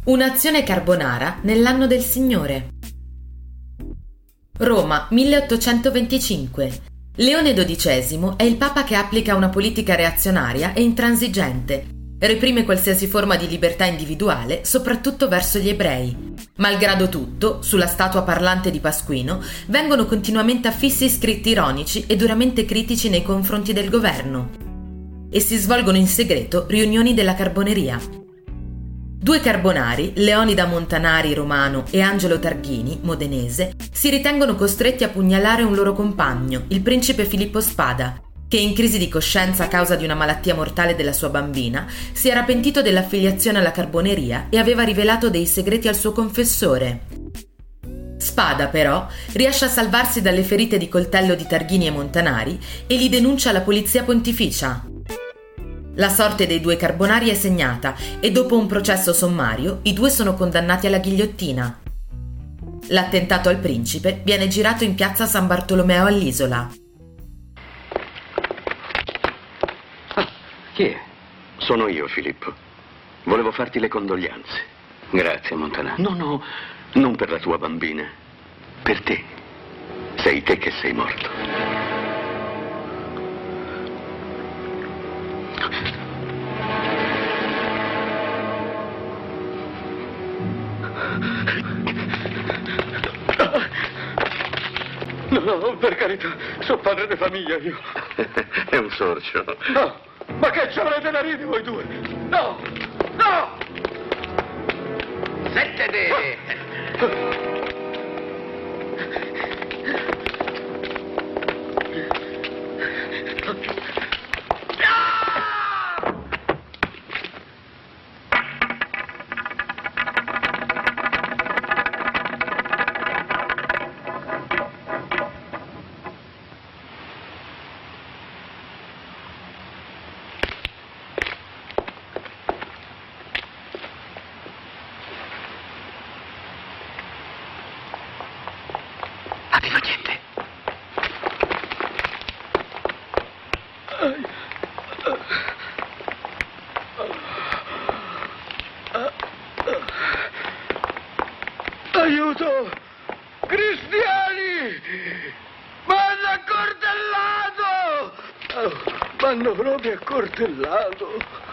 Un'azione carbonara nell'anno del Signore. Roma, 1825. Leone XII è il papa che applica una politica reazionaria e intransigente. Reprime qualsiasi forma di libertà individuale, soprattutto verso gli ebrei. Malgrado tutto, sulla statua parlante di Pasquino vengono continuamente affissi scritti ironici e duramente critici nei confronti del governo. E si svolgono in segreto riunioni della Carboneria. Due carbonari, Leonida Montanari romano e Angelo Targhini, modenese, si ritengono costretti a pugnalare un loro compagno, il principe Filippo Spada, che in crisi di coscienza a causa di una malattia mortale della sua bambina, si era pentito dell'affiliazione alla Carboneria e aveva rivelato dei segreti al suo confessore. Spada, però, riesce a salvarsi dalle ferite di coltello di Targhini e Montanari e li denuncia alla polizia pontificia. La sorte dei due carbonari è segnata e dopo un processo sommario i due sono condannati alla ghigliottina. L'attentato al principe viene girato in piazza San Bartolomeo all'Isola. Chi è? Sono io, Filippo. Volevo farti le condoglianze. Grazie, Montanari. No, non per la tua bambina. Per te. Sei te che sei morto. No, per carità, sono padre di famiglia io. È un sorcio. No, ma che ci avrete da ridere voi due? No! Settete! Avevo niente. Aiuto! Cristiani! M'hanno accortellato! M'hanno proprio accortellato!